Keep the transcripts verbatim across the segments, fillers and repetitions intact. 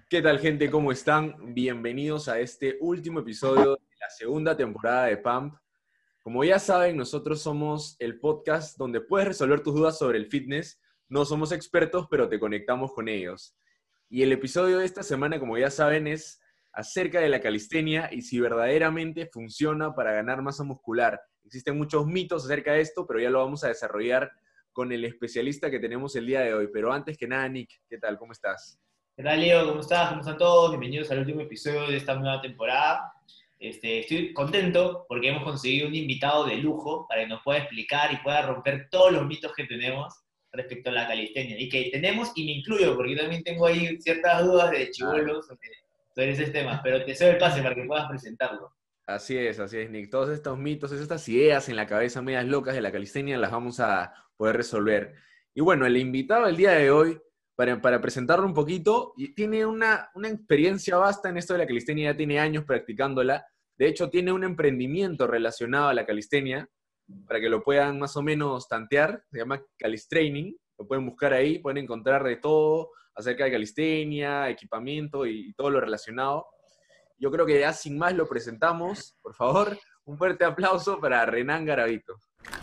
¿Qué tal, gente? ¿Cómo están? Bienvenidos a este último episodio de la segunda temporada de Pump. Como ya saben, nosotros somos el podcast donde puedes resolver tus dudas sobre el fitness. No somos expertos, pero te conectamos con ellos. Y el episodio de esta semana, como ya saben, es acerca de la calistenia y si verdaderamente funciona para ganar masa muscular. Existen muchos mitos acerca de esto, pero ya lo vamos a desarrollar con el especialista que tenemos el día de hoy. Pero antes que nada, Nick, ¿qué tal? ¿Cómo estás? ¿Qué tal, Leo? ¿Cómo estás? ¿Cómo están todos? Bienvenidos al último episodio de esta nueva temporada. Este, estoy contento porque hemos conseguido un invitado de lujo para que nos pueda explicar y pueda romper todos los mitos que tenemos respecto a la calistenia. Y que tenemos, y me incluyo, porque yo también tengo ahí ciertas dudas de Claro. chibolos sobre, sobre esos temas, pero te cedo el pase para que puedas presentarlo. Así es, así es, Nick. Todos estos mitos, estas ideas en la cabeza medias locas de la calistenia las vamos a poder resolver. Y bueno, el invitado del día de hoy, para, para presentarlo un poquito, y tiene una, una experiencia vasta en esto de la calistenia, ya tiene años practicándola. De hecho, tiene un emprendimiento relacionado a la calistenia, para que lo puedan más o menos tantear. Se llama Calistraining. Lo pueden buscar ahí, pueden encontrar de todo acerca de calistenia, equipamiento y, y todo lo relacionado. Yo creo que ya sin más lo presentamos. Por favor, un fuerte aplauso para Renan Garavito.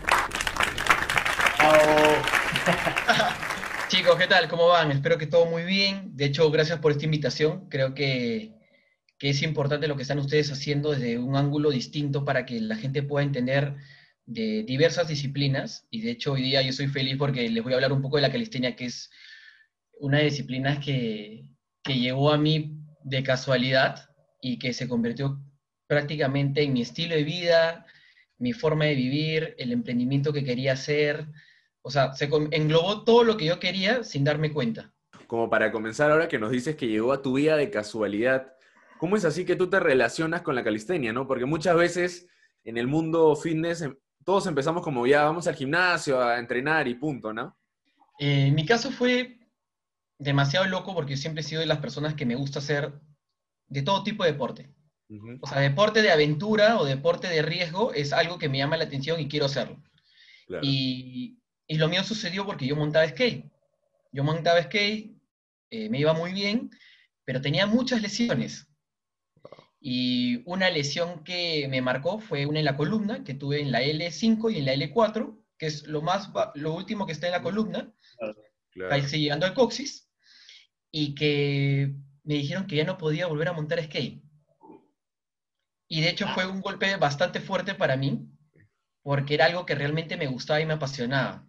Chao. Chicos, ¿qué tal? ¿Cómo van? Espero que todo muy bien. De hecho, gracias por esta invitación. Creo que, que es importante lo que están ustedes haciendo desde un ángulo distinto para que la gente pueda entender de diversas disciplinas. Y de hecho, hoy día yo soy feliz porque les voy a hablar un poco de la calistenia, que es una disciplina que, que llegó a mí de casualidad y que se convirtió prácticamente en mi estilo de vida, mi forma de vivir, el emprendimiento que quería hacer. O sea, se englobó todo lo que yo quería sin darme cuenta. Como para comenzar ahora que nos dices que llegó a tu vida de casualidad, ¿cómo es así que tú te relacionas con la calistenia, no? Porque muchas veces en el mundo fitness em, todos empezamos como ya vamos al gimnasio a entrenar y punto, ¿no? Eh, mi caso fue demasiado loco porque yo siempre he sido de las personas que me gusta hacer de todo tipo de deporte. Uh-huh. O sea, deporte de aventura o deporte de riesgo es algo que me llama la atención y quiero hacerlo. Claro. Y, y lo mío sucedió porque yo montaba skate. Yo montaba skate, eh, me iba muy bien, pero tenía muchas lesiones. Y una lesión que me marcó fue una en la columna, que tuve en la L cinco y en la L cuatro, que es lo, más, lo último que está en la columna, Claro. casi llegando al coxis, y que me dijeron que ya no podía volver a montar skate. Y de hecho fue un golpe bastante fuerte para mí, porque era algo que realmente me gustaba y me apasionaba.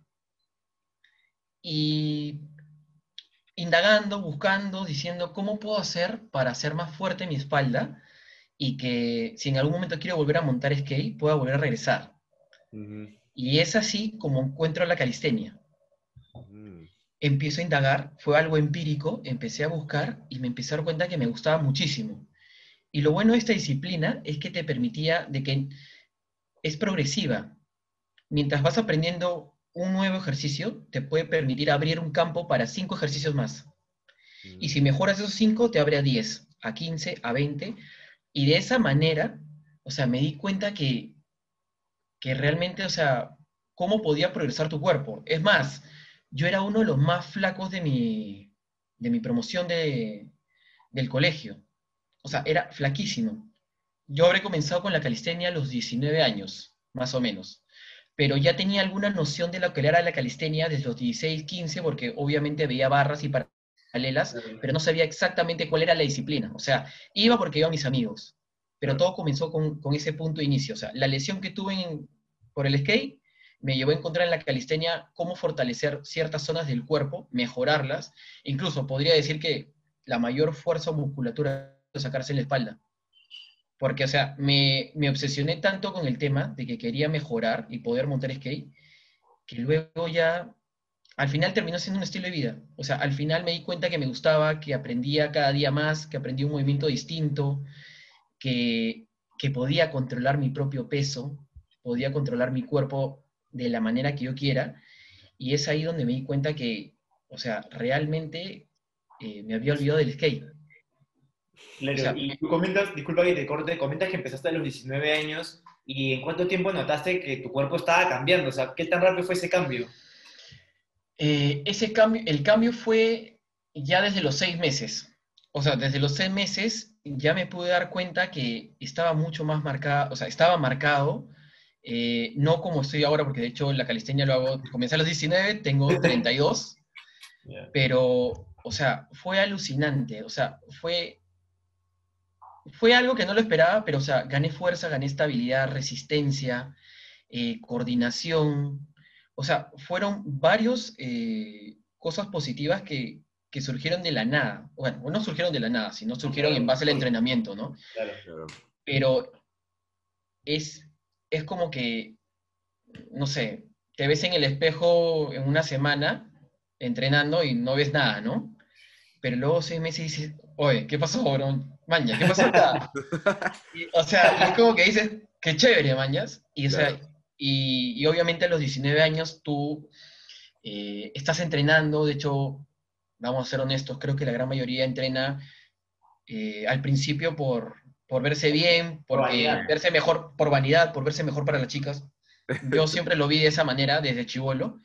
Y indagando, buscando, diciendo cómo puedo hacer para hacer más fuerte mi espalda y que si en algún momento quiero volver a montar skate, pueda volver a regresar. Uh-huh. Y es así como encuentro la calistenia. Uh-huh. Empiezo a indagar, fue algo empírico, empecé a buscar y me empecé a dar cuenta que me gustaba muchísimo. Y lo bueno de esta disciplina es que te permitía de que es progresiva. Mientras vas aprendiendo un nuevo ejercicio, te puede permitir abrir un campo para cinco ejercicios más. Y si mejoras esos cinco, te abre a diez, a quince, a veinte. Y de esa manera, o sea, me di cuenta que, que realmente, o sea, cómo podía progresar tu cuerpo. Es más, yo era uno de los más flacos de mi, de mi promoción de, del colegio. O sea, era flaquísimo. Yo habré comenzado con la calistenia a los diecinueve años, más o menos. Pero ya tenía alguna noción de lo que era la calistenia desde los dieciséis, quince, porque obviamente veía barras y paralelas, pero no sabía exactamente cuál era la disciplina. O sea, iba porque iban mis amigos. Pero Claro. todo comenzó con, con ese punto de inicio. O sea, la lesión que tuve en- por el skate me llevó a encontrar en la calistenia cómo fortalecer ciertas zonas del cuerpo, mejorarlas. Incluso podría decir que la mayor fuerza o musculatura es sacarse en la espalda. Porque, o sea, me, me obsesioné tanto con el tema de que quería mejorar y poder montar skate, que luego ya, al final terminó siendo un estilo de vida. O sea, al final me di cuenta que me gustaba, que aprendía cada día más, que aprendí un movimiento distinto, que, que podía controlar mi propio peso, podía controlar mi cuerpo de la manera que yo quiera. Y es ahí donde me di cuenta que, o sea, realmente eh, me había olvidado del skate. O Claro, sea, y tú comentas, disculpa que te corte, comentas que empezaste a los diecinueve años y ¿en cuánto tiempo notaste que tu cuerpo estaba cambiando? O sea, ¿qué tan rápido fue ese cambio? Eh, ese cambio, el cambio fue ya desde los seis meses. o sea, desde los seis meses ya me pude dar cuenta que estaba mucho más marcado, o sea, estaba marcado, eh, no como estoy ahora, porque de hecho la calistenia lo hago, comencé a los diecinueve, tengo treinta y dos, Ya. pero, o sea, fue alucinante, o sea, fue, fue algo que no lo esperaba, pero, o sea, gané fuerza, gané estabilidad, resistencia, eh, coordinación, o sea, fueron varios eh, cosas positivas que, que surgieron de la nada. Bueno, no surgieron de la nada, sino No, surgieron en claro, base al por- entrenamiento, ¿no? claro. Claro. Pero es, es como que, no sé, te ves en el espejo en una semana entrenando y no ves nada, ¿no? Pero luego seis meses dices, oye, ¿qué pasó, bro? Maña, ¿qué pasó acá? Y, o sea, y es como que dices, qué chévere, mañas. Y, o sea, Claro. y, y obviamente a los diecinueve años tú eh, estás entrenando, de hecho, vamos a ser honestos, creo que la gran mayoría entrena eh, al principio por, por verse bien, Por porque vanidad. verse mejor, por vanidad, por verse mejor para las chicas. Yo siempre lo vi de esa manera desde chivolo,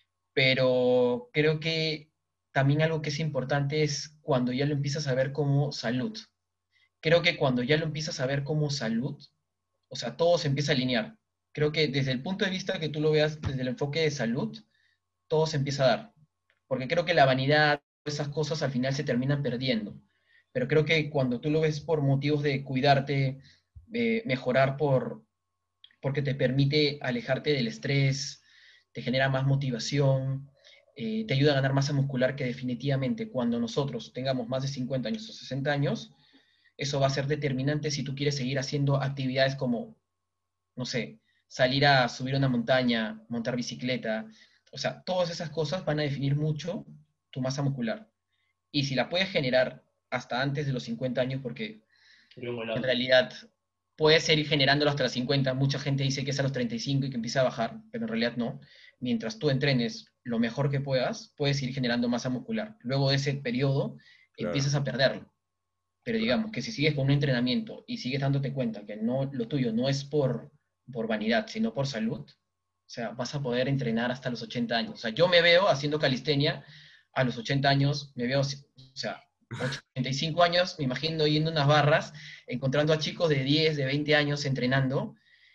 pero creo que también algo que es importante es cuando ya lo empiezas a ver como salud. Creo que cuando ya lo empiezas a ver como salud, o sea, todo se empieza a alinear. Creo que desde el punto de vista que tú lo veas desde el enfoque de salud, todo se empieza a dar. Porque creo que la vanidad, esas cosas al final se terminan perdiendo. Pero creo que cuando tú lo ves por motivos de cuidarte, de mejorar por, porque te permite alejarte del estrés, te genera más motivación, eh, te ayuda a ganar masa muscular, que definitivamente cuando nosotros tengamos más de cincuenta años o sesenta años, eso va a ser determinante si tú quieres seguir haciendo actividades como, no sé, salir a subir una montaña, montar bicicleta. O sea, todas esas cosas van a definir mucho tu masa muscular. Y si la puedes generar hasta antes de los cincuenta años, porque Sería un en golazo. realidad puedes seguir generándolo hasta los cincuenta, mucha gente dice que es a los treinta y cinco y que empieza a bajar, pero en realidad no. Mientras tú entrenes lo mejor que puedas, puedes ir generando masa muscular. Luego de ese periodo, Claro. empiezas a perderlo. Pero Claro. digamos que si sigues con un entrenamiento y sigues dándote cuenta que no, lo tuyo no es por, por vanidad, sino por salud, o sea, vas a poder entrenar hasta los ochenta años. O sea, yo me veo haciendo calistenia a los ochenta años, me veo, o sea, ochenta y cinco años, me imagino yendo a unas barras, encontrando a chicos de diez, de veinte años entrenando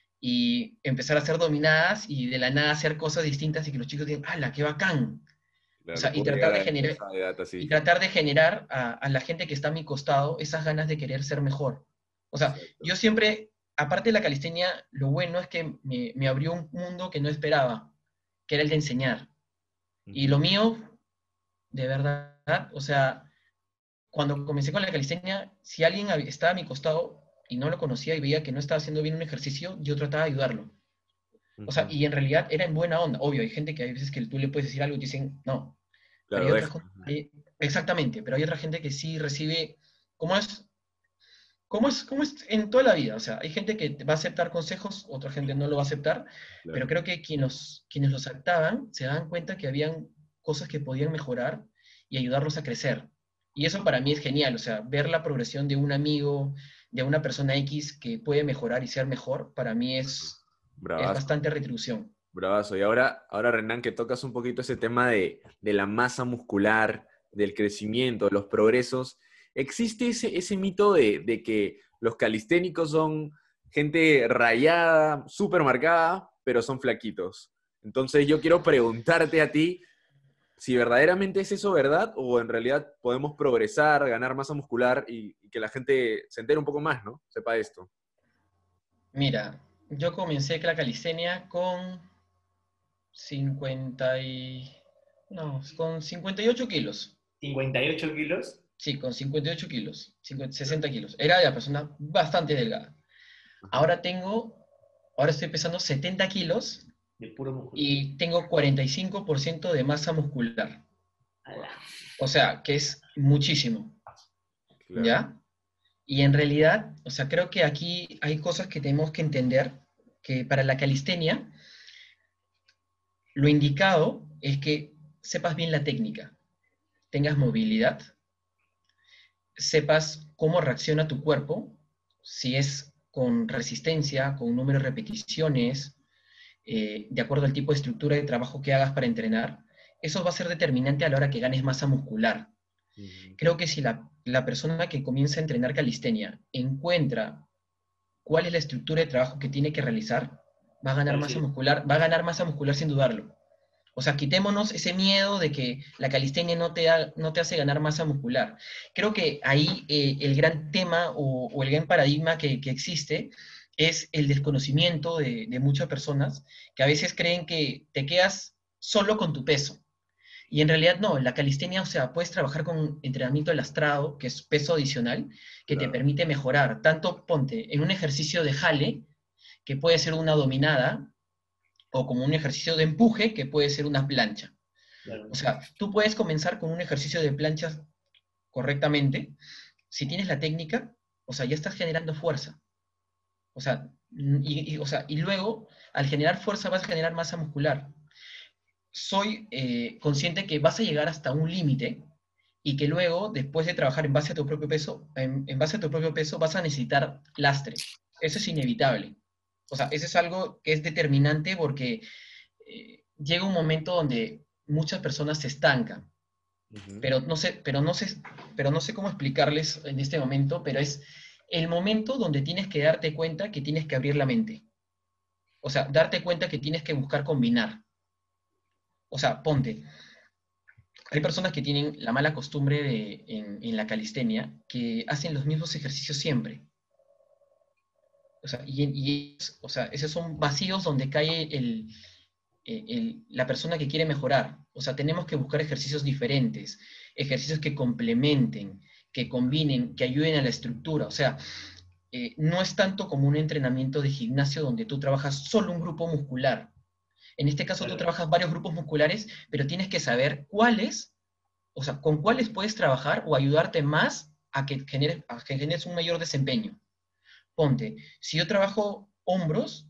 y empezar a hacer dominadas y de la nada hacer cosas distintas y que los chicos digan, ¡hala, qué bacán! O sea, Claro, y poder tratar llegar de a generar, esa edad y así. tratar de generar a, a la gente que está a mi costado esas ganas de querer ser mejor. O sea, Exacto. yo siempre, aparte de la calistenia, lo bueno es que me, me abrió un mundo que no esperaba, que era el de enseñar. Y lo Ujú. mío, de verdad, o sea, cuando comencé con la calistenia, si alguien hab- estaba a mi costado y no lo conocía y veía que no estaba haciendo bien un ejercicio, yo trataba de ayudarlo. O sea, Ujú. y en realidad era en buena onda. Obvio, hay gente que hay veces que tú le puedes decir algo y te dicen, no, pero Claro, hay otras deja. cosas, exactamente, pero hay otra gente que sí recibe, como es, como es, como es en toda la vida, o sea, hay gente que va a aceptar consejos, otra gente no lo va a aceptar, pero Claro. creo que quienes los, quienes los aceptaban se daban cuenta que habían cosas que podían mejorar y ayudarlos a crecer. Y eso para mí es genial, o sea, ver la progresión de un amigo, de una persona X que puede mejorar y ser mejor, para mí es, es Bravazo. bastante retribución. Bravazo. Y ahora, ahora, Renan, que tocas un poquito ese tema de, de la masa muscular, del crecimiento, de los progresos, ¿existe ese, ese mito de, de que los calisténicos son gente rayada, súper marcada, pero son flaquitos? Entonces yo quiero preguntarte a ti si verdaderamente es eso verdad o en realidad podemos progresar, ganar masa muscular y, y que la gente se entere un poco más, ¿no? Sepa esto. Mira, yo comencé la calistenia con cincuenta y... No, con cincuenta y ocho kilos. Cincuenta y ocho kilos Sí, con cincuenta y ocho kilos, cincuenta, sesenta kilos. Era la persona bastante delgada. Ajá. Ahora tengo, ahora estoy pesando setenta kilos de puro músculo. y tengo cuarenta y cinco por ciento de masa muscular. Ala. O sea, que es muchísimo, Claro. ¿ya? Y en realidad, o sea, creo que aquí hay cosas que tenemos que entender, que para la calistenia, lo indicado es que sepas bien la técnica, tengas movilidad, sepas cómo reacciona tu cuerpo, si es con resistencia, con número de repeticiones, eh, de acuerdo al tipo de estructura de trabajo que hagas para entrenar, eso va a ser determinante a la hora que ganes masa muscular. Ujú. Creo que si la la persona que comienza a entrenar calistenia encuentra cuál es la estructura de trabajo que tiene que realizar, va a ganar Claro, masa sí. muscular, va a ganar masa muscular sin dudarlo. O sea, quitémonos ese miedo de que la calistenia no te, da, no te hace ganar masa muscular. Creo que ahí eh, el gran tema o, o el gran paradigma que, que, existe es el desconocimiento de, de muchas personas que a veces creen que te quedas solo con tu peso. Y en realidad no, la calistenia, o sea, puedes trabajar con entrenamiento lastrado, que es peso adicional, que te Claro. permite mejorar. Tanto ponte en un ejercicio de jale, que puede ser una dominada, o como un ejercicio de empuje, que puede ser una plancha. O Claro. sea, tú puedes comenzar con un ejercicio de planchas correctamente. Si tienes la técnica, o sea, ya estás generando fuerza. O sea, y, y, o sea, y luego, al generar fuerza, vas a generar masa muscular. Soy eh, consciente que vas a llegar hasta un límite y que luego, después de trabajar en base a tu propio peso, en, en base a tu propio peso, vas a necesitar lastre. Eso es inevitable. O sea, eso es algo que es determinante porque eh, llega un momento donde muchas personas se estancan, Ujú. pero no sé, pero no sé, pero no sé cómo explicarles en este momento, pero es el momento donde tienes que darte cuenta que tienes que abrir la mente. O sea, darte cuenta que tienes que buscar combinar. O sea, ponte. Hay personas que tienen la mala costumbre de, en, en la calistenia que hacen los mismos ejercicios siempre. O sea, y, y o sea, esos son vacíos donde cae el, eh, el, la persona que quiere mejorar. O sea, tenemos que buscar ejercicios diferentes, ejercicios que complementen, que combinen, que ayuden a la estructura. O sea, eh, no es tanto como un entrenamiento de gimnasio donde tú trabajas solo un grupo muscular. En este caso tú Claro. trabajas varios grupos musculares, pero tienes que saber cuáles, o sea, con cuáles puedes trabajar o ayudarte más a que generes, a que generes un mayor desempeño. Ponte, si yo trabajo hombros,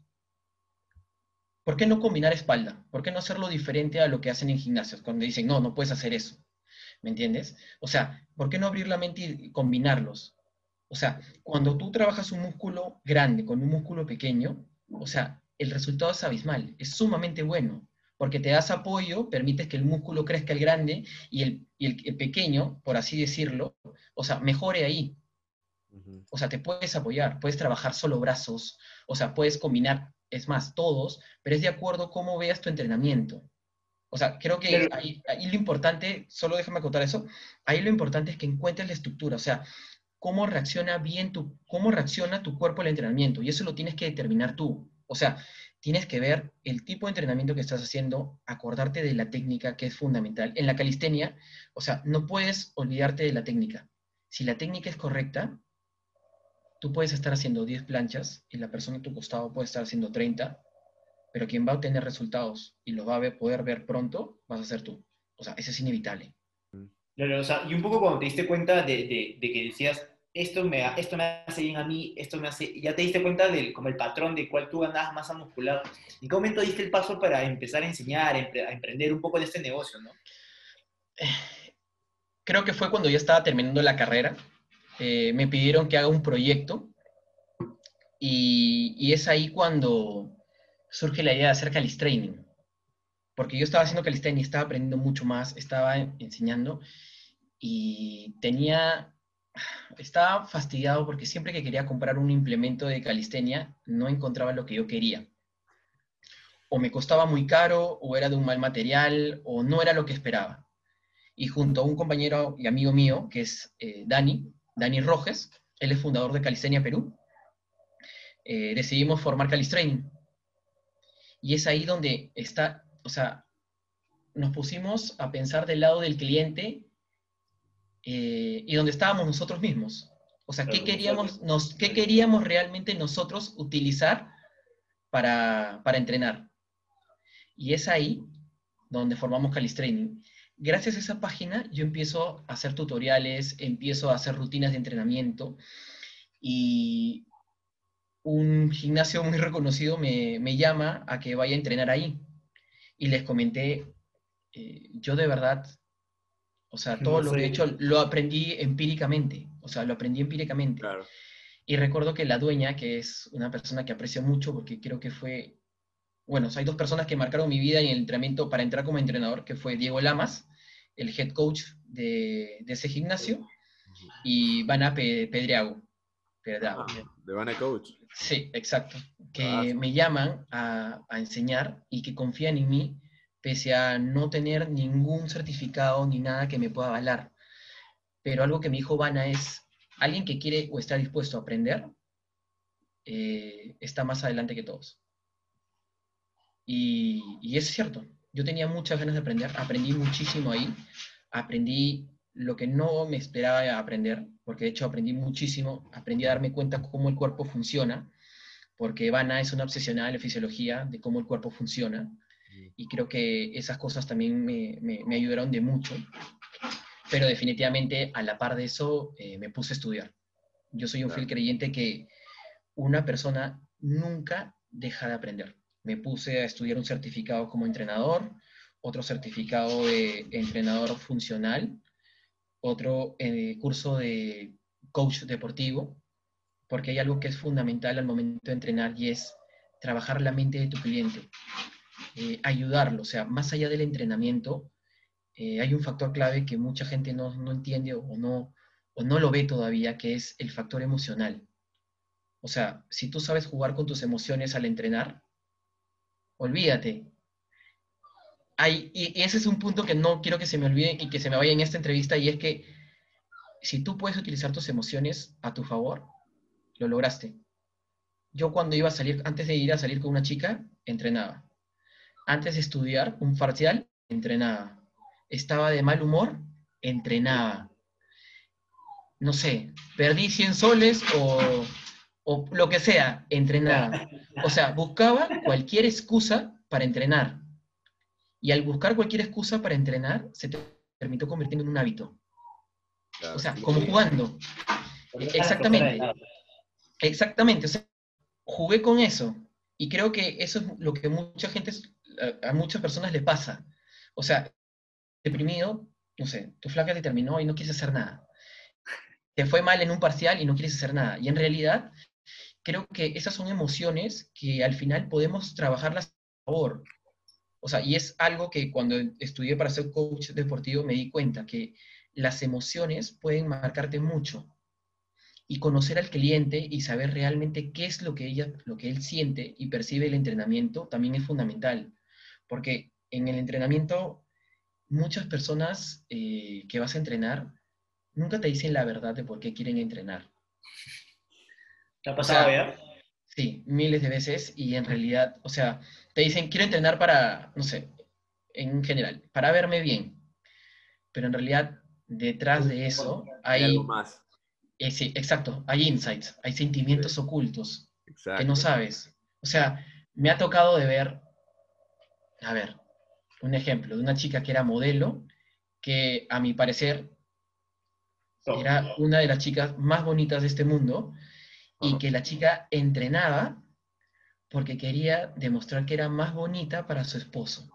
¿por qué no combinar espalda? ¿Por qué no hacerlo diferente a lo que hacen en gimnasios? Cuando dicen, no, no puedes hacer eso. ¿Me entiendes? O sea, ¿por qué no abrir la mente y combinarlos? O sea, cuando tú trabajas un músculo grande con un músculo pequeño, o sea, el resultado es abismal, es sumamente bueno, porque te das apoyo, permites que el músculo crezca el grande y el, y el, el pequeño, por así decirlo, o sea, mejore ahí. Ujú. O sea, te puedes apoyar, puedes trabajar solo brazos, o sea, puedes combinar, es más, todos, pero es de acuerdo a cómo veas tu entrenamiento. O sea, creo que Claro, ahí, ahí lo importante, solo déjame acotar eso, ahí lo importante es que encuentres la estructura, o sea, cómo reacciona bien tu, cómo reacciona tu cuerpo al entrenamiento, y eso lo tienes que determinar tú. O sea, tienes que ver el tipo de entrenamiento que estás haciendo, acordarte de la técnica que es fundamental. En la calistenia, o sea, no puedes olvidarte de la técnica. Si la técnica es correcta, tú puedes estar haciendo diez planchas y la persona a tu costado puede estar haciendo treinta, pero quien va a obtener resultados y los va a ver, poder ver pronto, vas a ser tú. O sea, eso es inevitable. claro, o sea, y un poco cuando te diste cuenta de, de, de que decías, esto me, esto me hace bien a mí, esto me hace, ya te diste cuenta del como el patrón de cuál tú ganabas masa muscular. ¿En qué momento diste el paso para empezar a enseñar, a, empre- a emprender un poco de este negocio, ¿no? Creo que fue cuando ya estaba terminando la carrera. Eh, me pidieron que haga un proyecto y, y es ahí cuando surge la idea de hacer calistraining. Porque yo estaba haciendo calistenia, estaba aprendiendo mucho más, estaba enseñando y tenía, estaba fastidiado porque siempre que quería comprar un implemento de calistenia no encontraba lo que yo quería. O me costaba muy caro, o era de un mal material, o no era lo que esperaba. Y junto a un compañero y amigo mío, que es eh, Dani, Dani Rojes, él es fundador de Calistenia Perú, eh, decidimos formar Calistraining. Y es ahí donde está, o sea, nos pusimos a pensar del lado del cliente eh, y donde estábamos nosotros mismos. O sea, Claro, ¿qué como usuario. queríamos, nos, qué queríamos realmente nosotros utilizar para, para entrenar? Y es ahí donde formamos Calistraining. Gracias a esa página yo empiezo a hacer tutoriales, empiezo a hacer rutinas de entrenamiento y un gimnasio muy reconocido me, me llama a que vaya a entrenar ahí. Y les comenté, eh, yo de verdad, o sea, todo No lo que he hecho sé. lo aprendí empíricamente, o sea, lo aprendí empíricamente. Claro. Y recuerdo que la dueña, que es una persona que aprecio mucho porque creo que fue, bueno, hay dos personas que marcaron mi vida en el entrenamiento para entrar como entrenador, que fue Diego Lamas, el head coach de, de ese gimnasio, y Vana Pe- Pedriago. Pedriago. Ah, de Vana Coach. Sí, exacto. Ah, Que me llaman a, a enseñar y que confían en mí, pese a no tener ningún certificado ni nada que me pueda avalar. Pero algo que me dijo Vana es, alguien que quiere o está dispuesto a aprender, eh, está más adelante que todos. Y, y es cierto, yo tenía muchas ganas de aprender, aprendí muchísimo ahí, aprendí lo que no me esperaba aprender, porque de hecho aprendí muchísimo, aprendí a darme cuenta cómo el cuerpo funciona, porque Ivana es una obsesionada en la fisiología de cómo el cuerpo funciona, y creo que esas cosas también me, me, me ayudaron de mucho, pero definitivamente a la par de eso eh, me puse a estudiar. Yo soy un fiel claro. creyente que una persona nunca deja de aprender. Me puse a estudiar un certificado como entrenador, otro certificado de entrenador funcional, otro eh, curso de coach deportivo, porque hay algo que es fundamental al momento de entrenar y es trabajar la mente de tu cliente, eh, ayudarlo, o sea, más allá del entrenamiento, eh, hay un factor clave que mucha gente no, no entiende o no, o no lo ve todavía, que es el factor emocional. O sea, si tú sabes jugar con tus emociones al entrenar, olvídate. Hay, y ese es un punto que no quiero que se me olvide y que se me vaya en esta entrevista, y es que si tú puedes utilizar tus emociones a tu favor, lo lograste. Yo cuando iba a salir, antes de ir a salir con una chica, entrenaba. Antes de estudiar un parcial, entrenaba. Estaba de mal humor, entrenaba. No sé, perdí cien soles o, o lo que sea, entrenaba. O sea, buscaba cualquier excusa para entrenar. Y al buscar cualquier excusa para entrenar, se te terminó convirtiendo en un hábito. O Claro, sea, estilo como de vida. jugando. Por E- dejar la flojera de Exactamente, lado. exactamente. O sea, jugué con eso. Y creo que eso es lo que mucha gente, a a muchas personas le pasa. O sea, deprimido, no sé, tu flaca te terminó y no quieres hacer nada. Te fue mal en un parcial y no quieres hacer nada. Y en realidad, creo que esas son emociones que al final podemos trabajarlas a favor. O sea, y es algo que cuando estudié para ser coach deportivo me di cuenta que las emociones pueden marcarte mucho. Y conocer al cliente y saber realmente qué es lo que ella, lo que él siente y percibe el entrenamiento también es fundamental. Porque en el entrenamiento, muchas personas eh, que vas a entrenar nunca te dicen la verdad de por qué quieren entrenar. ¿Te ha O pasado sea, ya? sí, miles de veces y en realidad, o sea, te dicen, quiero entrenar para, no sé, en general, para verme bien, pero en realidad detrás de eso Hay algo hay, más. eh, sí, exacto, hay insights, hay Sí, sentimientos ocultos que no exacto. sabes. O sea, me ha tocado de ver, a ver, un ejemplo de una chica que era modelo, que a mi parecer No. era una de las chicas más bonitas de este mundo y Ajá. que la chica entrenaba porque quería demostrar que era más bonita para su esposo.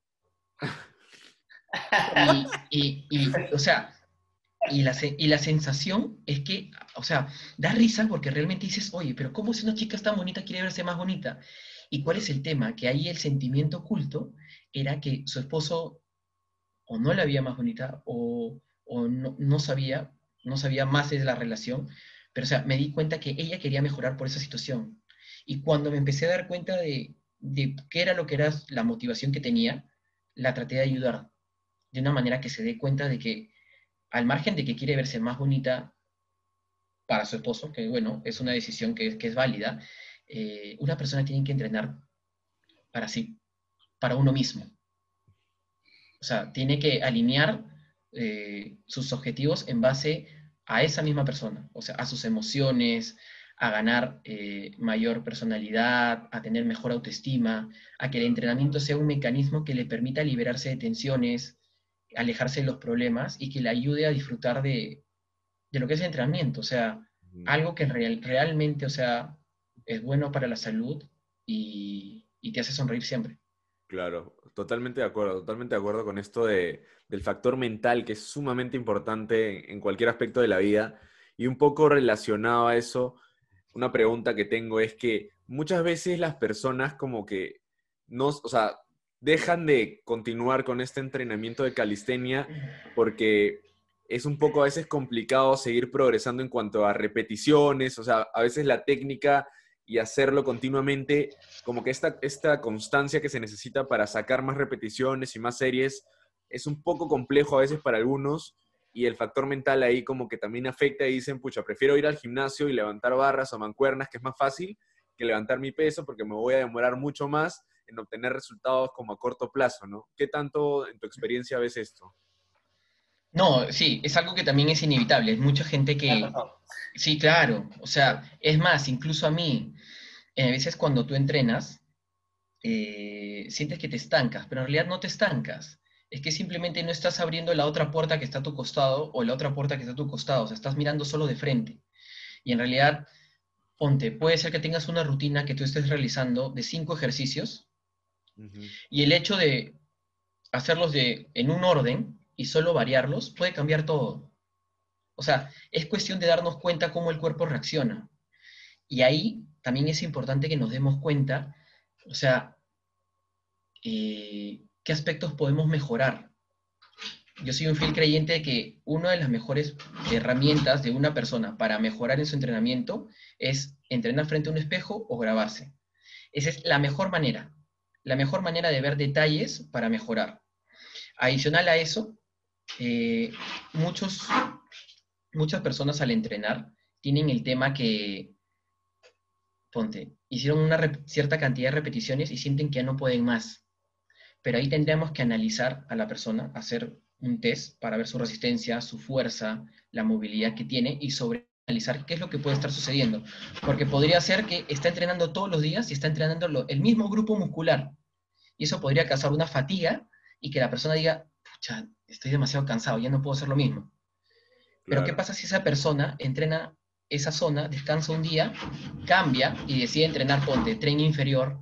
Y, y, y, o sea, y la, se- y la sensación es que, o sea, da risa porque realmente dices, oye, pero ¿cómo si una chica es tan bonita quiere verse más bonita? ¿Y cuál es Claro. el tema? Que ahí el sentimiento oculto era que su esposo o no la veía más bonita o, o no, no sabía, no sabía más de la relación, pero o sea, me di cuenta que ella quería mejorar por esa situación. Y cuando me empecé a dar cuenta de, de qué era lo que era la motivación que tenía, la traté de ayudar de una manera que se dé cuenta de que al margen de que quiere verse más bonita para su esposo, que bueno, es una decisión que, que es válida, eh, una persona tiene que entrenar para sí, para uno mismo. O sea, tiene que alinear eh, sus objetivos en base a esa misma persona, o sea, a sus emociones, a ganar eh, mayor personalidad, a tener mejor autoestima, a que el entrenamiento sea un mecanismo que le permita liberarse de tensiones, alejarse de los problemas y que le ayude a disfrutar de, de lo que es el entrenamiento, o sea, Ujú. algo que real, realmente, o sea, es bueno para la salud y, y te hace sonreír siempre. Claro, totalmente de acuerdo, totalmente de acuerdo con esto de, del factor mental, que es sumamente importante en, en cualquier aspecto de la vida. Y un poco relacionado a eso, una pregunta que tengo es que muchas veces las personas como que no, o sea, dejan de continuar con este entrenamiento de calistenia porque es un poco a veces complicado seguir progresando en cuanto a repeticiones, o sea, a veces la técnica y hacerlo continuamente, como que esta, esta constancia que se necesita para sacar más repeticiones y más series, es un poco complejo a veces para algunos, y el factor mental ahí como que también afecta y dicen, pucha, prefiero ir al gimnasio y levantar barras o mancuernas, que es más fácil, que levantar mi peso, porque me voy a demorar mucho más en obtener resultados como a corto plazo, ¿no? ¿Qué tanto en tu experiencia ves esto? No, sí, es algo que también es inevitable. Hay mucha gente ¿Qué ha que, pasado? sí, claro, o sea, es más, incluso a mí, eh, a veces cuando tú entrenas, eh, sientes que te estancas, pero en realidad no te estancas. Es que simplemente no estás abriendo la otra puerta que está a tu costado o la otra puerta que está a tu costado, o sea, estás mirando solo de frente. Y en realidad, ponte, puede ser que tengas una rutina que tú estés realizando de cinco ejercicios Ujú. y el hecho de hacerlos de, en un orden y solo variarlos puede cambiar todo. O sea, es cuestión de darnos cuenta cómo el cuerpo reacciona. Y ahí también es importante que nos demos cuenta, o sea, eh, qué aspectos podemos mejorar. Yo soy un fiel creyente de que una de las mejores herramientas de una persona para mejorar en su entrenamiento es entrenar frente a un espejo o grabarse. Esa es la mejor manera, la mejor manera de ver detalles para mejorar. Adicional a eso, eh, muchos, muchas personas al entrenar tienen el tema que, ponte, hicieron una cierta cantidad de repeticiones y sienten que ya no pueden más. Pero ahí tendríamos que analizar a la persona, hacer un test para ver su resistencia, su fuerza, la movilidad que tiene y sobre analizar qué es lo que puede estar sucediendo. Porque podría ser que está entrenando todos los días y está entrenando lo, el mismo grupo muscular. Y eso podría causar una fatiga y que la persona diga, pucha, estoy demasiado cansado, ya no puedo hacer lo mismo. Pero ¿qué Claro. pasa si esa persona entrena esa zona, descansa un día, cambia y decide entrenar, ponte, tren inferior,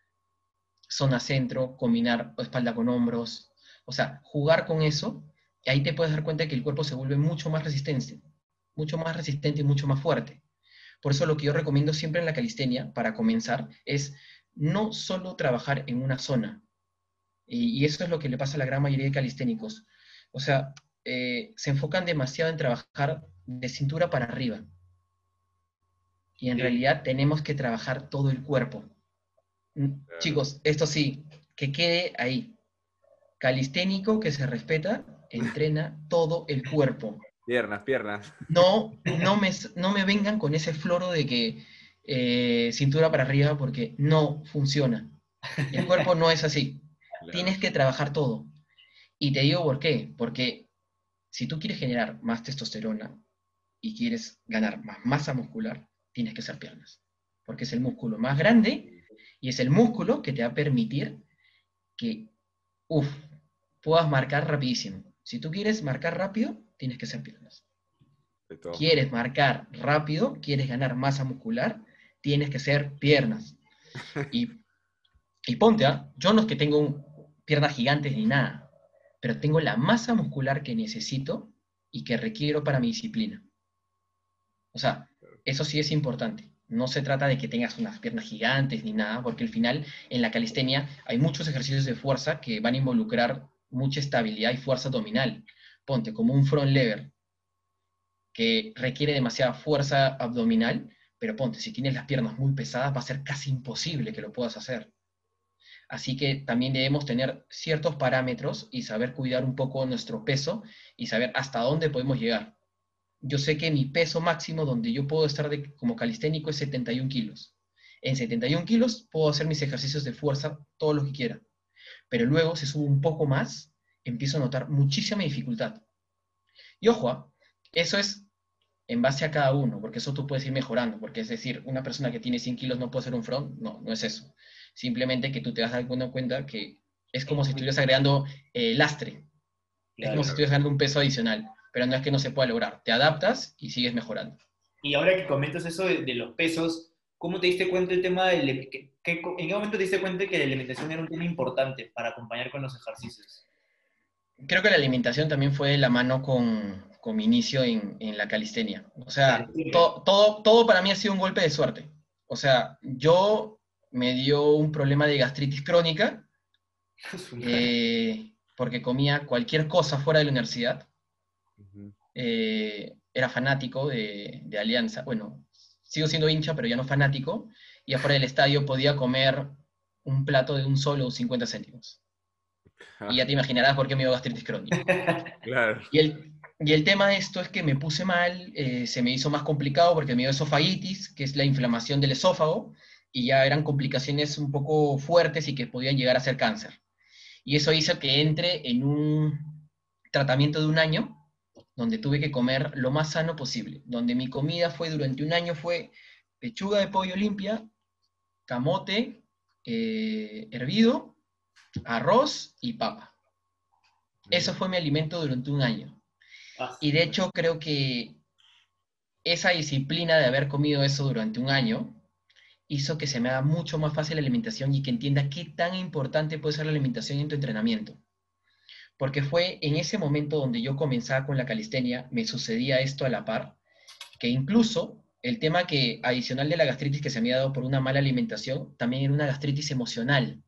zona centro, combinar espalda con hombros, o sea, jugar con eso, y ahí te puedes dar cuenta que el cuerpo se vuelve mucho más resistente, mucho más resistente y mucho más fuerte. Por eso lo que yo recomiendo siempre en la calistenia, para comenzar, es no solo trabajar en una zona, y, y eso es lo que le pasa a la gran mayoría de calisténicos. O sea, eh, se enfocan demasiado en trabajar de cintura para arriba, y en Sí. realidad tenemos que trabajar todo el cuerpo. Mm, Claro. Chicos, esto sí, que quede ahí. Calisténico que se respeta, entrena todo el cuerpo. Piernas, piernas. No, no me, no me vengan con ese floro de que eh, cintura para arriba porque no funciona. El cuerpo no es así. Claro. Tienes que trabajar todo. Y te digo por qué. Porque si tú quieres generar más testosterona y quieres ganar más masa muscular, tienes que hacer piernas. Porque es el músculo más grande y es el músculo que te va a permitir que, uff, puedas marcar rapidísimo. Si tú quieres marcar rápido, tienes que hacer piernas. De todas Quieres maneras. marcar rápido, quieres ganar masa muscular, tienes que hacer piernas. Y, y ponte, ¿ah? Yo no es que tengo un- piernas gigantes ni nada, pero tengo la masa muscular que necesito y que requiero para mi disciplina. O sea, eso sí es importante. No se trata de que tengas unas piernas gigantes ni nada, porque al final en la calistenia hay muchos ejercicios de fuerza que van a involucrar mucha estabilidad y fuerza abdominal. Ponte como un front lever que requiere demasiada fuerza abdominal, pero ponte, si tienes las piernas muy pesadas va a ser casi imposible que lo puedas hacer. Así que también debemos tener ciertos parámetros y saber cuidar un poco nuestro peso y saber hasta dónde podemos llegar. Yo sé que mi peso máximo donde yo puedo estar de, como calisténico es setenta y un kilos. En setenta y un kilos puedo hacer mis ejercicios de fuerza todo lo que quiera. Pero luego, si subo un poco más, empiezo a notar muchísima dificultad. Y ojo, ¿ah? Eso es en base a cada uno, porque eso tú puedes ir mejorando. Porque es decir, una persona que tiene cien kilos no puede hacer un front. No, no es eso. Simplemente que tú te vas dando cuenta que es Es como si muy estuvieras agregando eh, lastre. Es como si claro. estuvieras agregando un peso adicional. Pero no es que no se pueda lograr. Te adaptas y sigues mejorando. Y ahora que comentas eso de, de los pesos, ¿cómo te diste cuenta el tema del... Que, que- ¿En qué momento te diste cuenta que la alimentación era un tema importante para acompañar con los ejercicios? Creo que la alimentación también fue de la mano con, con mi inicio en, en la calistenia. O Desde sea, siempre. to, todo, todo para mí ha sido un golpe de suerte. O sea, yo me dio un problema de gastritis crónica Su madre. eh, porque comía cualquier cosa fuera de la universidad. Ujú. eh, era fanático de, de Alianza. Bueno, sigo siendo hincha, pero ya no fanático. Y afuera del estadio podía comer un plato de un solo cincuenta céntimos. Y ya te imaginarás por qué me dio gastritis crónica. Claro. Y el, y el tema de esto es que me puse mal, eh, se me hizo más complicado porque me dio esofagitis, que es la inflamación del esófago, y ya eran complicaciones un poco fuertes y que podían llegar a ser cáncer. Y eso hizo que entre en un tratamiento de un año, donde tuve que comer lo más sano posible, donde mi comida fue durante un año fue pechuga de pollo limpia, camote eh, hervido, arroz y papa. Eso fue mi alimento durante un año. Ah, Y de hecho creo que esa disciplina de haber comido eso durante un año hizo que se me haga mucho más fácil la alimentación y que entienda qué tan importante puede ser la alimentación en tu entrenamiento. Porque fue en ese momento donde yo comenzaba con la calistenia, me sucedía esto a la par, que incluso el tema que adicional de la gastritis que se me había dado por una mala alimentación, también era una gastritis emocional.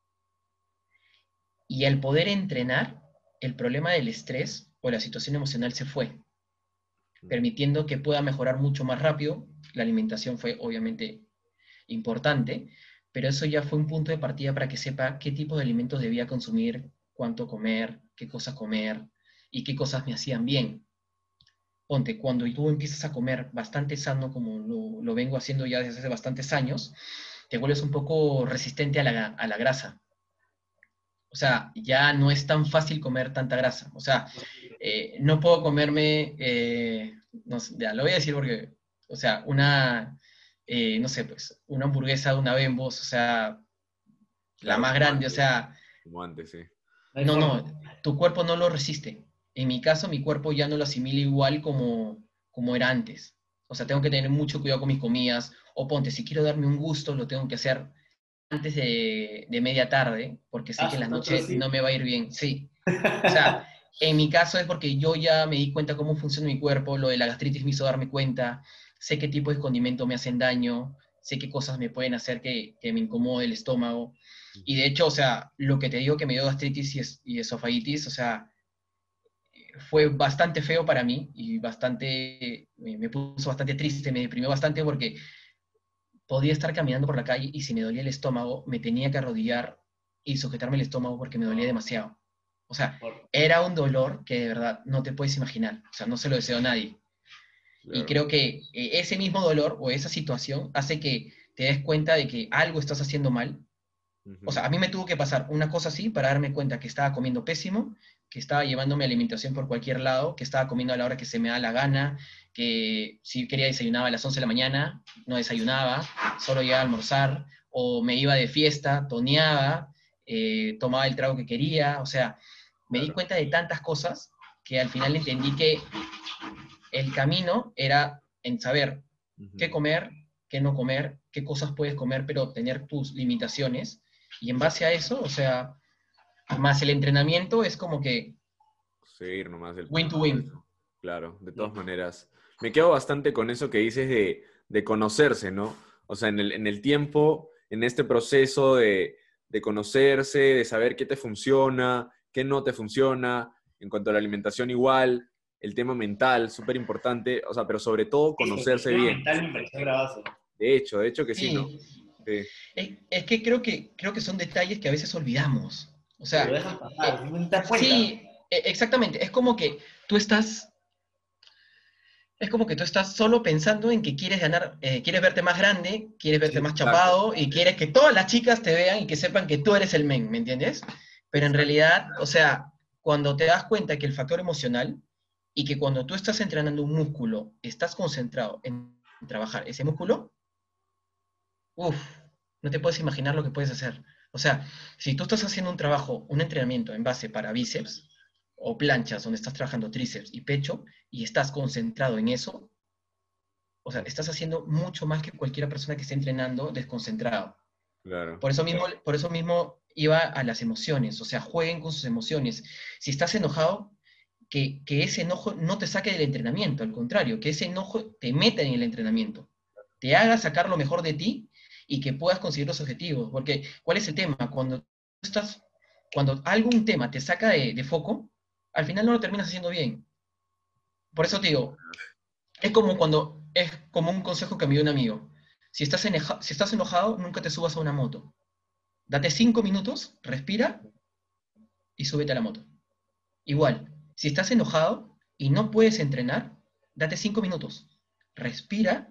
Y al poder entrenar, el problema del estrés o la situación emocional se fue, permitiendo que pueda mejorar mucho más rápido. La alimentación fue obviamente importante, pero eso ya fue un punto de partida para que sepa qué tipo de alimentos debía consumir, cuánto comer, qué cosas comer y qué cosas me hacían bien. Ponte, cuando tú empiezas a comer bastante sano, como lo, lo vengo haciendo ya desde hace bastantes años, te vuelves un poco resistente a la, a la grasa. O sea, ya no es tan fácil comer tanta grasa. O sea, eh, no puedo comerme, eh, no sé, ya lo voy a decir porque, o sea, una, eh, no sé, pues, una hamburguesa de una Bembos, o sea, la Claro, más como grande, o antes, sea, como antes, sí. no hay no, no, forma. tu cuerpo no lo resiste. En mi caso, mi cuerpo ya no lo asimila igual como, como era antes. O sea, tengo que tener mucho cuidado con mis comidas. O ponte, si quiero darme un gusto, lo tengo que hacer antes de, de media tarde, porque sé Ah, que en la tanto noche así. no me va a ir bien. Sí. O sea, en mi caso es porque yo ya me di cuenta cómo funciona mi cuerpo, lo de la gastritis me hizo darme cuenta, sé qué tipo de condimentos me hacen daño, sé qué cosas me pueden hacer que, que me incomode el estómago. Y de hecho, o sea, lo que te digo que me dio gastritis y, es, y esofagitis, o sea, fue bastante feo para mí y bastante, me, me puso bastante triste, me deprimió bastante porque podía estar caminando por la calle y si me dolía el estómago, me tenía que arrodillar y sujetarme el estómago porque me dolía No, demasiado. O sea, por- era un dolor que de verdad no te puedes imaginar. O sea, no se lo deseo a nadie. Y Claro. creo que eh, ese mismo dolor o esa situación hace que te des cuenta de que algo estás haciendo mal. O Ujú. sea, a mí me tuvo que pasar una cosa así para darme cuenta que estaba comiendo pésimo, que estaba llevando mi alimentación por cualquier lado, que estaba comiendo a la hora que se me da la gana, que si quería desayunaba a las once de la mañana, no desayunaba, solo iba a almorzar, o me iba de fiesta, toneaba, eh, tomaba el trago que quería, o sea, me di Claro. cuenta de tantas cosas que al final entendí que el camino era en saber qué Ujú. comer, qué no comer, qué cosas puedes comer, pero tener tus limitaciones. Y en base a eso, o sea, más el entrenamiento es como que Seguir nomás el win to win. proceso. Claro, de todas maneras. Me quedo bastante con eso que dices de, de conocerse, ¿no? O sea, en el, en el tiempo, en este proceso de, de conocerse, de saber qué te funciona, qué no te funciona, en cuanto a la alimentación igual, el tema mental, súper importante, o sea, pero sobre todo eso, el conocerse tema bien. mental me pareció bravazo. De hecho, de hecho que sí, ¿no? Sí, Sí, es, es que creo que creo que son detalles que a veces olvidamos. O Lo sí, sea, dejas pasar, eh, no te das cuenta. sí, eh, exactamente. Es como que tú estás Es como que tú estás solo pensando en que quieres ganar, eh, quieres verte más grande, quieres verte más exacto, chapado y quieres que todas las chicas te vean y que sepan que tú eres el men, ¿me entiendes? Pero en exacto. realidad, o sea, cuando te das cuenta que el factor emocional y que cuando tú estás entrenando un músculo, estás concentrado en trabajar ese músculo, uff, no te puedes imaginar lo que puedes hacer. O sea, si tú estás haciendo un trabajo, un entrenamiento en base para bíceps o planchas donde estás trabajando tríceps y pecho y estás concentrado en eso, o sea, estás haciendo mucho más que cualquier persona que esté entrenando desconcentrado. Claro, Por eso mismo, por eso mismo iba a las emociones, o sea, jueguen con sus emociones. Si estás enojado, que, que ese enojo no te saque del entrenamiento, al contrario, que ese enojo te meta en el entrenamiento, te haga sacar lo mejor de ti y que puedas conseguir los objetivos. Porque, ¿cuál es el tema? Cuando estás, cuando algún tema te saca de, de foco, al final no lo terminas haciendo bien. Por eso te digo, es como cuando, es como un consejo que me dio un amigo. Si estás, eneja, si estás enojado, nunca te subas a una moto. Date cinco minutos, respira y súbete a la moto. Igual, si estás enojado y no puedes entrenar, date cinco minutos, respira,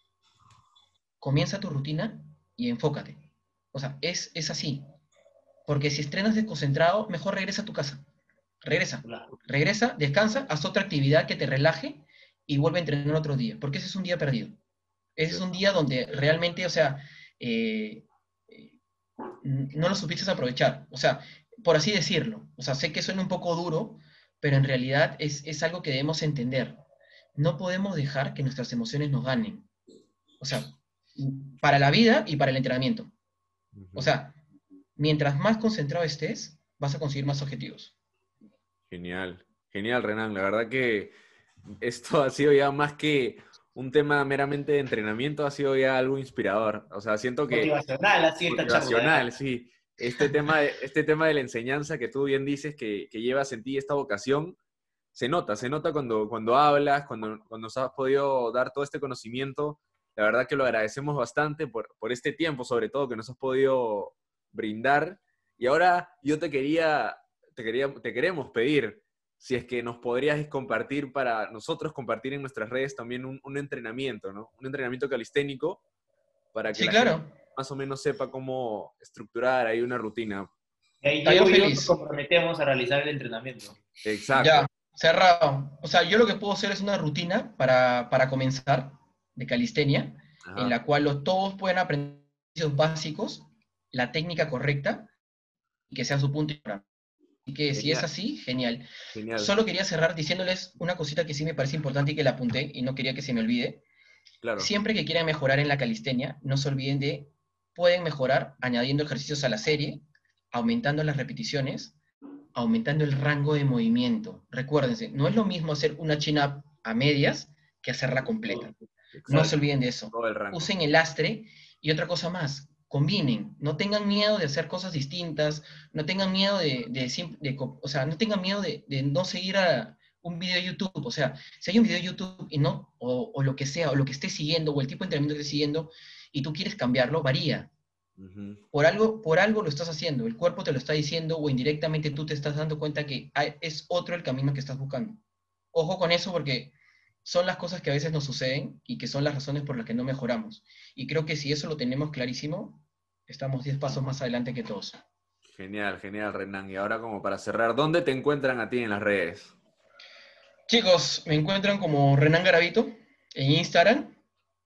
comienza tu rutina y enfócate. O sea, es, es así. Porque si estrenas desconcentrado, mejor regresa a tu casa. Regresa. Regresa, descansa, haz otra actividad que te relaje y vuelve a entrenar otro día. Porque ese es un día perdido. Ese es un día donde realmente, o sea, eh, eh, no lo supiste aprovechar. O sea, por así decirlo. O sea, sé que suena un poco duro, pero en realidad es, es algo que debemos entender. No podemos dejar que nuestras emociones nos ganen. O sea, para la vida y para el entrenamiento. O sea, mientras más concentrado estés, vas a conseguir más objetivos. Genial, genial, Renan. La verdad que esto ha sido ya más que un tema meramente de entrenamiento, ha sido ya algo inspirador. O sea, siento que... Motivacional, así esta Motivacional, sí. Este tema, de, este tema de la enseñanza que tú bien dices que, que llevas en ti esta vocación, se nota, se nota cuando, cuando hablas, cuando, cuando nos has podido dar todo este conocimiento. La verdad que lo agradecemos bastante por, por este tiempo, sobre todo, que nos has podido brindar. Y ahora yo te quería, te quería, te queremos pedir si es que nos podrías compartir para nosotros compartir en nuestras redes también un, un entrenamiento, ¿no? Un entrenamiento calisténico para que Sí, la claro. gente más o menos sepa cómo estructurar ahí una rutina. Y ahí Diego y yo nos comprometemos a realizar el entrenamiento. Exacto. Ya, cerrado. O sea, yo lo que puedo hacer es una rutina para, para comenzar de calistenia, Ajá. En la cual los, todos pueden aprender ejercicios básicos, la técnica correcta, y que sea su punto. Y que si es así, genial. Genial. Solo quería cerrar diciéndoles una cosita que sí me parece importante y que la apunté y no quería que se me olvide. Claro. Siempre que quieran mejorar en la calistenia, no se olviden de, pueden mejorar añadiendo ejercicios a la serie, aumentando las repeticiones, aumentando el rango de movimiento. Recuérdense, no es lo mismo hacer una chin-up a medias que hacerla completa. Exacto. No se olviden de eso. Todo el rango. Usen el lastre y otra cosa más, combinen. No tengan miedo de hacer cosas distintas, no tengan miedo de, de, de, de o sea, no tengan miedo de, de no seguir a un video de YouTube. O sea, si hay un video de YouTube y no, o, o lo que sea, o lo que estés siguiendo, o el tipo de entrenamiento que estés siguiendo, y tú quieres cambiarlo, varía. Uh-huh. Por algo, por algo lo estás haciendo, el cuerpo te lo está diciendo, o indirectamente tú te estás dando cuenta que hay, es otro el camino que estás buscando. Ojo con eso porque son las cosas que a veces nos suceden y que son las razones por las que no mejoramos. Y creo que si eso lo tenemos clarísimo, estamos diez pasos más adelante que todos. Genial, genial, Renan. Y ahora como para cerrar, ¿dónde te encuentran a ti en las redes? Chicos, me encuentran como Renan Garavito en Instagram.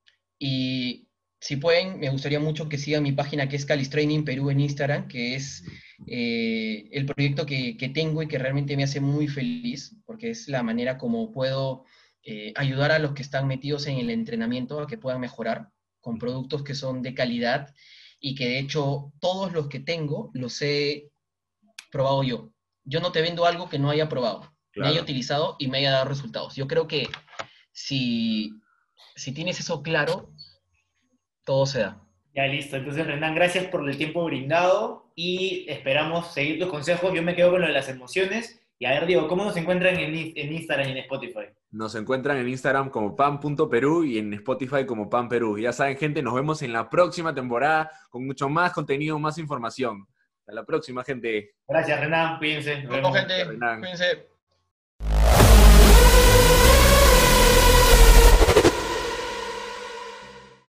Y si pueden, me gustaría mucho que sigan mi página que es Calistraining Perú en Instagram, que es eh, el proyecto que, que tengo y que realmente me hace muy feliz, porque es la manera como puedo eh, ayudar a los que están metidos en el entrenamiento a que puedan mejorar con productos que son de calidad y que de hecho todos los que tengo los he probado yo. Yo no te vendo algo que no haya probado, claro. Me haya utilizado y me haya dado resultados. Yo creo que si, si tienes eso claro, todo se da. Ya listo, entonces Renan, gracias por el tiempo brindado y esperamos seguir tus consejos. Yo me quedo con lo de las emociones. Y a ver, Diego, ¿cómo nos encuentran en, en Instagram y en Spotify? Nos encuentran en Instagram como pan punto perú y en Spotify como Pan Perú. Ya saben, gente, nos vemos en la próxima temporada con mucho más contenido, más información. Hasta la próxima, gente. Gracias, Renan. Cuídense. Nos vemos. Gente, cuídense.